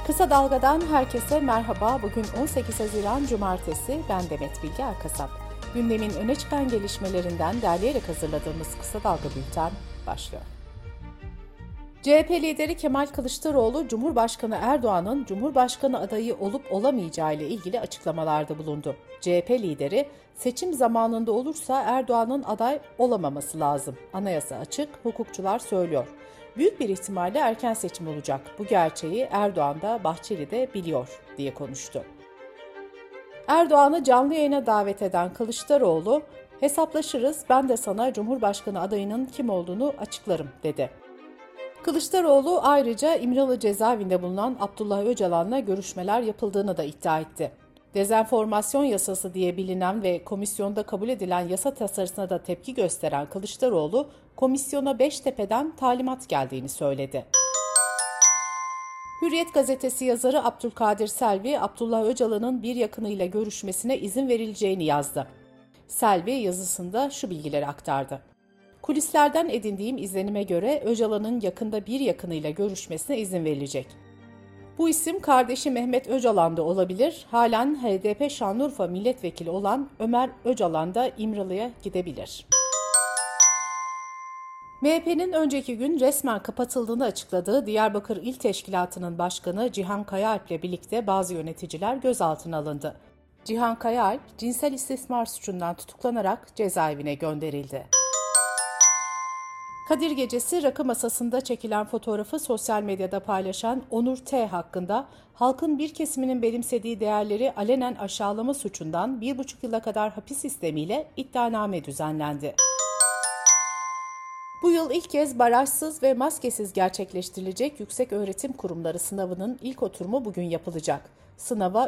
Kısa Dalga'dan herkese merhaba. Bugün 18 Haziran Cumartesi. Ben Demet Bilge Erkasap. Gündemin öne çıkan gelişmelerinden derleyerek hazırladığımız Kısa Dalga bülten başlıyor. CHP lideri Kemal Kılıçdaroğlu, Cumhurbaşkanı Erdoğan'ın Cumhurbaşkanı adayı olup olamayacağı ile ilgili açıklamalarda bulundu. CHP lideri, seçim zamanında olursa Erdoğan'ın aday olamaması lazım. Anayasa açık, hukukçular söylüyor. Büyük bir ihtimalle erken seçim olacak. Bu gerçeği Erdoğan da Bahçeli de biliyor diye konuştu. Erdoğan'ı canlı yayına davet eden Kılıçdaroğlu, hesaplaşırız, ben de sana Cumhurbaşkanı adayının kim olduğunu açıklarım dedi. Kılıçdaroğlu ayrıca İmralı cezaevinde bulunan Abdullah Öcalan'la görüşmeler yapıldığını da iddia etti. Dezenformasyon yasası diye bilinen ve komisyonda kabul edilen yasa tasarısına da tepki gösteren Kılıçdaroğlu, komisyona Beştepe'den talimat geldiğini söyledi. Hürriyet gazetesi yazarı Abdülkadir Selvi, Abdullah Öcalan'ın bir yakınıyla görüşmesine izin verileceğini yazdı. Selvi yazısında şu bilgileri aktardı. Kulislerden edindiğim izlenime göre Öcalan'ın yakında bir yakınıyla görüşmesine izin verilecek. Bu isim kardeşi Mehmet Öcalan da olabilir. Halen HDP Şanlıurfa milletvekili olan Ömer Öcalan da İmralı'ya gidebilir. MHP'nin önceki gün resmen kapatıldığını açıkladığı Diyarbakır İl Teşkilatı'nın başkanı Cihan Kayaalp ile birlikte bazı yöneticiler gözaltına alındı. Cihan Kayaalp, cinsel istismar suçundan tutuklanarak cezaevine gönderildi. Kadir Gecesi rakı masasında çekilen fotoğrafı sosyal medyada paylaşan Onur T. hakkında halkın bir kesiminin benimsediği değerleri alenen aşağılama suçundan 1,5 yıla kadar hapis istemiyle iddianame düzenlendi. Bu yıl ilk kez barajsız ve maskesiz gerçekleştirilecek Yükseköğretim Kurumları sınavının ilk oturumu bugün yapılacak. Sınava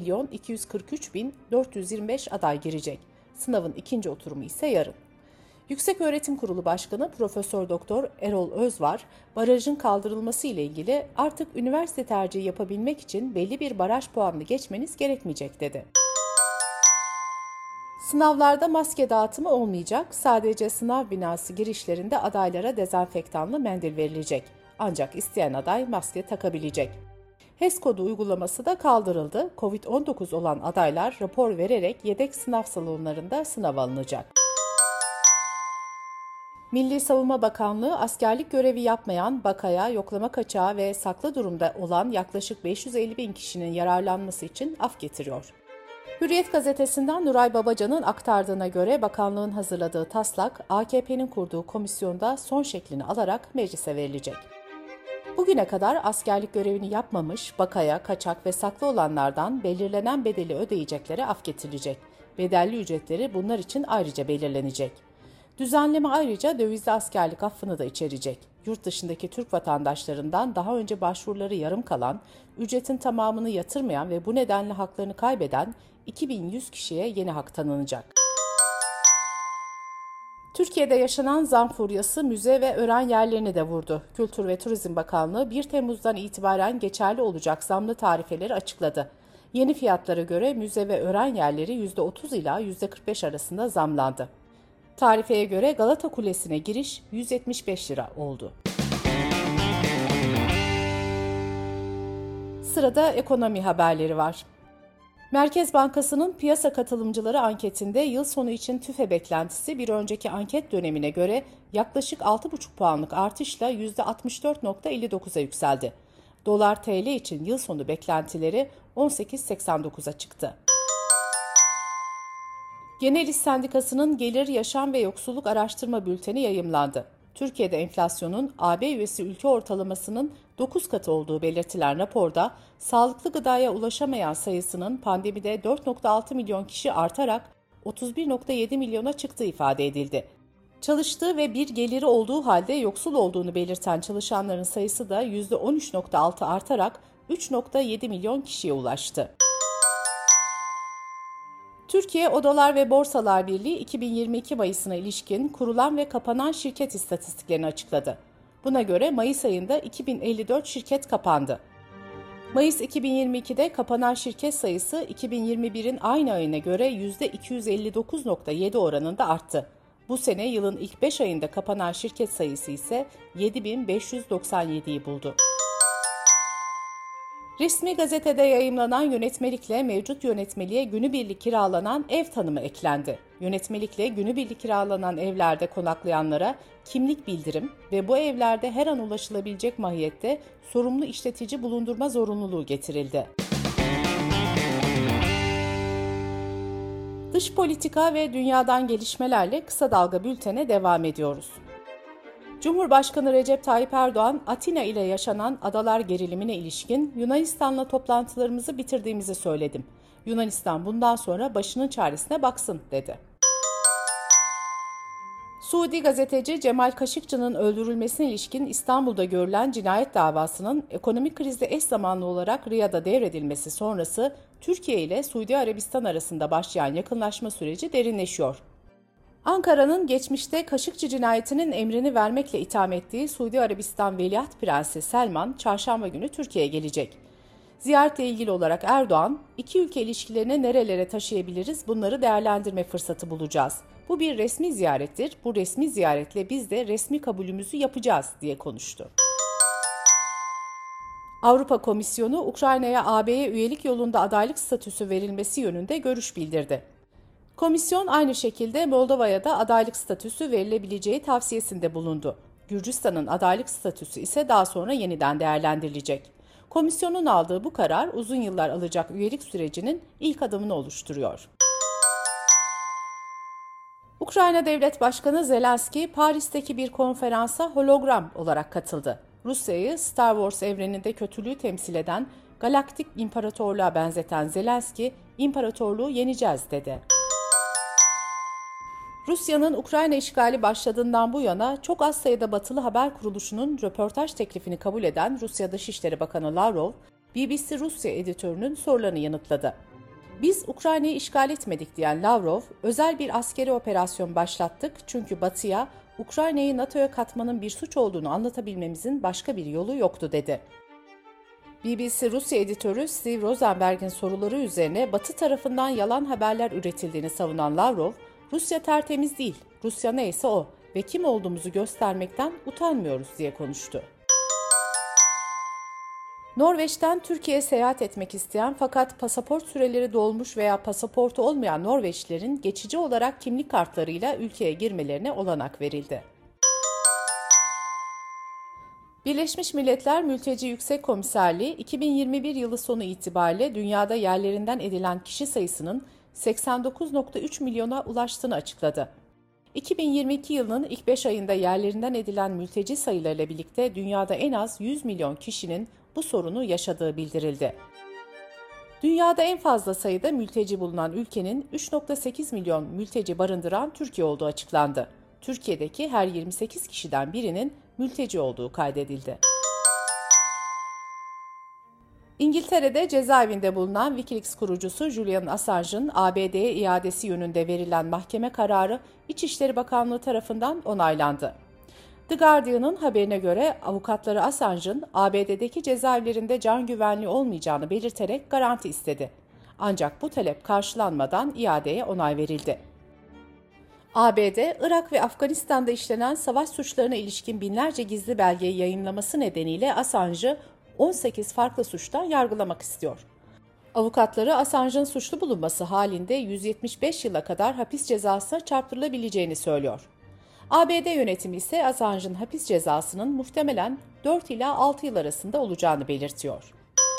3.243.425 aday girecek. Sınavın ikinci oturumu ise yarın. Yükseköğretim Kurulu Başkanı Profesör Doktor Erol Özvar, barajın kaldırılması ile ilgili artık üniversite tercihi yapabilmek için belli bir baraj puanını geçmeniz gerekmeyecek dedi. Sınavlarda maske dağıtımı olmayacak, sadece sınav binası girişlerinde adaylara dezenfektanlı mendil verilecek. Ancak isteyen aday maske takabilecek. HES kodu uygulaması da kaldırıldı. Covid-19 olan adaylar rapor vererek yedek sınav salonlarında sınav alınacak. Milli Savunma Bakanlığı askerlik görevi yapmayan, bakaya, yoklama kaçağı ve saklı durumda olan yaklaşık 550 bin kişinin yararlanması için af getiriyor. Hürriyet gazetesinden Nuray Babacan'ın aktardığına göre bakanlığın hazırladığı taslak AKP'nin kurduğu komisyonda son şeklini alarak meclise verilecek. Bugüne kadar askerlik görevini yapmamış, bakaya, kaçak ve saklı olanlardan belirlenen bedeli ödeyeceklere af getirilecek. Bedelli ücretleri bunlar için ayrıca belirlenecek. Düzenleme ayrıca dövizli askerlik affını da içerecek. Yurt dışındaki Türk vatandaşlarından daha önce başvuruları yarım kalan, ücretin tamamını yatırmayan ve bu nedenle haklarını kaybeden 2100 kişiye yeni hak tanınacak. Türkiye'de yaşanan zam furyası müze ve öğren yerlerini de vurdu. Kültür ve Turizm Bakanlığı 1 Temmuz'dan itibaren geçerli olacak zamlı tarifeleri açıkladı. Yeni fiyatlara göre müze ve öğren yerleri %30 ila %45 arasında zamlandı. Tarifeye göre Galata Kulesi'ne giriş 175 lira oldu. Sırada ekonomi haberleri var. Merkez Bankası'nın piyasa katılımcıları anketinde yıl sonu için TÜFE beklentisi bir önceki anket dönemine göre yaklaşık 6,5 puanlık artışla %64,59'a yükseldi. Dolar TL için yıl sonu beklentileri 18,89'a çıktı. Genel İş Sendikası'nın Gelir, Yaşam ve Yoksulluk Araştırma Bülteni yayımlandı. Türkiye'de enflasyonun AB üyesi ülke ortalamasının 9 katı olduğu belirtilen raporda, sağlıklı gıdaya ulaşamayan sayısının pandemide 4,6 milyon kişi artarak 31,7 milyona çıktığı ifade edildi. Çalıştığı ve bir geliri olduğu halde yoksul olduğunu belirten çalışanların sayısı da %13,6 artarak 3,7 milyon kişiye ulaştı. Türkiye Odalar ve Borsalar Birliği 2022 Mayıs'ına ilişkin kurulan ve kapanan şirket istatistiklerini açıkladı. Buna göre Mayıs ayında 2054 şirket kapandı. Mayıs 2022'de kapanan şirket sayısı 2021'in aynı ayına göre %259,7 oranında arttı. Bu sene yılın ilk 5 ayında kapanan şirket sayısı ise 7.597'yi buldu. Resmi gazetede yayımlanan yönetmelikle mevcut yönetmeliğe günübirlik kiralanan ev tanımı eklendi. Yönetmelikle günübirlik kiralanan evlerde konaklayanlara kimlik bildirim ve bu evlerde her an ulaşılabilecek mahiyette sorumlu işletici bulundurma zorunluluğu getirildi. Dış politika ve dünyadan gelişmelerle kısa dalga bültene devam ediyoruz. Cumhurbaşkanı Recep Tayyip Erdoğan, Atina ile yaşanan adalar gerilimine ilişkin Yunanistan'la toplantılarımızı bitirdiğimizi söyledim. Yunanistan bundan sonra başının çaresine baksın, dedi. Suudi gazeteci Cemal Kaşıkçı'nın öldürülmesine ilişkin İstanbul'da görülen cinayet davasının ekonomik krizle eş zamanlı olarak Riyad'a devredilmesi sonrası Türkiye ile Suudi Arabistan arasında başlayan yakınlaşma süreci derinleşiyor. Ankara'nın geçmişte Kaşıkçı cinayetinin emrini vermekle itham ettiği Suudi Arabistan Veliaht Prensi Selman, çarşamba günü Türkiye'ye gelecek. Ziyaretle ilgili olarak Erdoğan, iki ülke ilişkilerini nerelere taşıyabiliriz bunları değerlendirme fırsatı bulacağız. Bu bir resmi ziyarettir, bu resmi ziyaretle biz de resmi kabulümüzü yapacağız diye konuştu. Avrupa Komisyonu, Ukrayna'ya AB'ye üyelik yolunda adaylık statüsü verilmesi yönünde görüş bildirdi. Komisyon aynı şekilde Moldova'ya da adaylık statüsü verilebileceği tavsiyesinde bulundu. Gürcistan'ın adaylık statüsü ise daha sonra yeniden değerlendirilecek. Komisyonun aldığı bu karar uzun yıllar alacak üyelik sürecinin ilk adımını oluşturuyor. Ukrayna Devlet Başkanı Zelenski, Paris'teki bir konferansa hologram olarak katıldı. Rusya'yı Star Wars evreninde kötülüğü temsil eden galaktik imparatorluğa benzeten Zelenski, imparatorluğu yeneceğiz, dedi. Rusya'nın Ukrayna işgali başladığından bu yana çok az sayıda batılı haber kuruluşunun röportaj teklifini kabul eden Rusya Dışişleri Bakanı Lavrov, BBC Rusya editörünün sorularını yanıtladı. Biz Ukrayna'yı işgal etmedik diyen Lavrov, özel bir askeri operasyon başlattık çünkü Batı'ya Ukrayna'yı NATO'ya katmanın bir suç olduğunu anlatabilmemizin başka bir yolu yoktu, dedi. BBC Rusya editörü Steve Rosenberg'in soruları üzerine Batı tarafından yalan haberler üretildiğini savunan Lavrov, Rusya tertemiz değil, Rusya neyse o ve kim olduğumuzu göstermekten utanmıyoruz diye konuştu. Norveç'ten Türkiye'ye seyahat etmek isteyen fakat pasaport süreleri dolmuş veya pasaportu olmayan Norveçlilerin geçici olarak kimlik kartlarıyla ülkeye girmelerine olanak verildi. Birleşmiş Milletler Mülteci Yüksek Komiserliği 2021 yılı sonu itibariyle dünyada yerlerinden edilen kişi sayısının 89,3 milyona ulaştığını açıkladı. 2022 yılının ilk 5 ayında yerlerinden edilen mülteci sayılarıyla birlikte dünyada en az 100 milyon kişinin bu sorunu yaşadığı bildirildi. Dünyada en fazla sayıda mülteci bulunan ülkenin 3,8 milyon mülteci barındıran Türkiye olduğu açıklandı. Türkiye'deki her 28 kişiden birinin mülteci olduğu kaydedildi. İngiltere'de cezaevinde bulunan Wikileaks kurucusu Julian Assange'ın ABD'ye iadesi yönünde verilen mahkeme kararı İçişleri Bakanlığı tarafından onaylandı. The Guardian'ın haberine göre avukatları Assange'ın ABD'deki cezaevlerinde can güvenliği olmayacağını belirterek garanti istedi. Ancak bu talep karşılanmadan iadeye onay verildi. ABD, Irak ve Afganistan'da işlenen savaş suçlarına ilişkin binlerce gizli belgeyi yayınlaması nedeniyle Assange'ı 18 farklı suçtan yargılamak istiyor. Avukatları Assange'ın suçlu bulunması halinde 175 yıla kadar hapis cezasına çarptırılabileceğini söylüyor. ABD yönetimi ise Assange'ın hapis cezasının muhtemelen 4 ila 6 yıl arasında olacağını belirtiyor.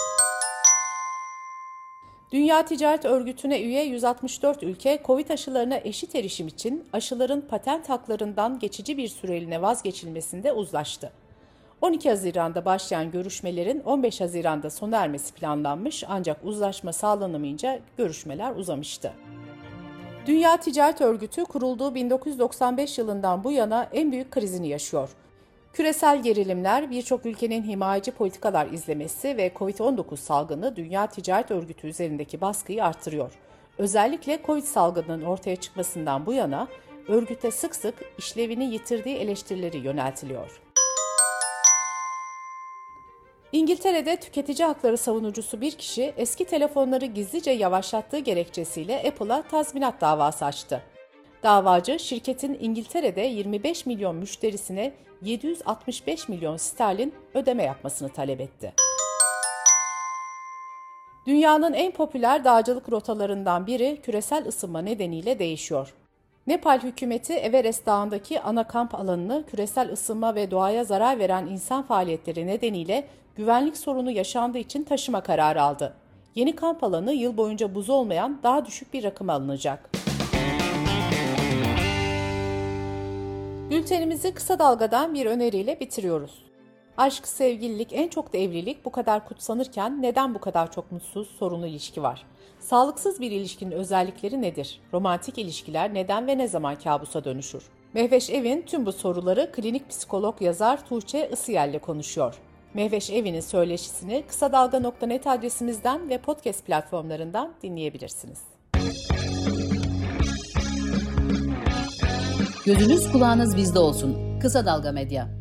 Dünya Ticaret Örgütü'ne üye 164 ülke, Covid aşılarına eşit erişim için aşıların patent haklarından geçici bir süreliğine vazgeçilmesinde uzlaştı. 12 Haziran'da başlayan görüşmelerin 15 Haziran'da sona ermesi planlanmış ancak uzlaşma sağlanamayınca görüşmeler uzamıştı. Dünya Ticaret Örgütü kurulduğu 1995 yılından bu yana en büyük krizini yaşıyor. Küresel gerilimler, birçok ülkenin himayeci politikalar izlemesi ve Covid-19 salgını Dünya Ticaret Örgütü üzerindeki baskıyı artırıyor. Özellikle Covid salgınının ortaya çıkmasından bu yana örgüte sık sık işlevini yitirdiği eleştirileri yöneltiliyor. İngiltere'de tüketici hakları savunucusu bir kişi eski telefonları gizlice yavaşlattığı gerekçesiyle Apple'a tazminat davası açtı. Davacı, şirketin İngiltere'de 25 milyon müşterisine 765 milyon sterlin ödeme yapmasını talep etti. Dünyanın en popüler dağcılık rotalarından biri küresel ısınma nedeniyle değişiyor. Nepal hükümeti Everest Dağı'ndaki ana kamp alanını küresel ısınma ve doğaya zarar veren insan faaliyetleri nedeniyle güvenlik sorunu yaşandığı için taşıma kararı aldı. Yeni kamp alanı yıl boyunca buz olmayan daha düşük bir rakıma alınacak. Bültenimizi kısa dalgadan bir öneriyle bitiriyoruz. Aşk, sevgililik, en çok da evlilik bu kadar kutsanırken neden bu kadar çok mutsuz, sorunlu ilişki var? Sağlıksız bir ilişkinin özellikleri nedir? Romantik ilişkiler neden ve ne zaman kabusa dönüşür? Mehveş Evin tüm bu soruları klinik psikolog yazar Tuğçe Isıyel ile konuşuyor. Mehveş Evin'in söyleşisini kısadalga.net adresimizden ve podcast platformlarından dinleyebilirsiniz. Gözünüz kulağınız bizde olsun. Kısa Dalga Medya.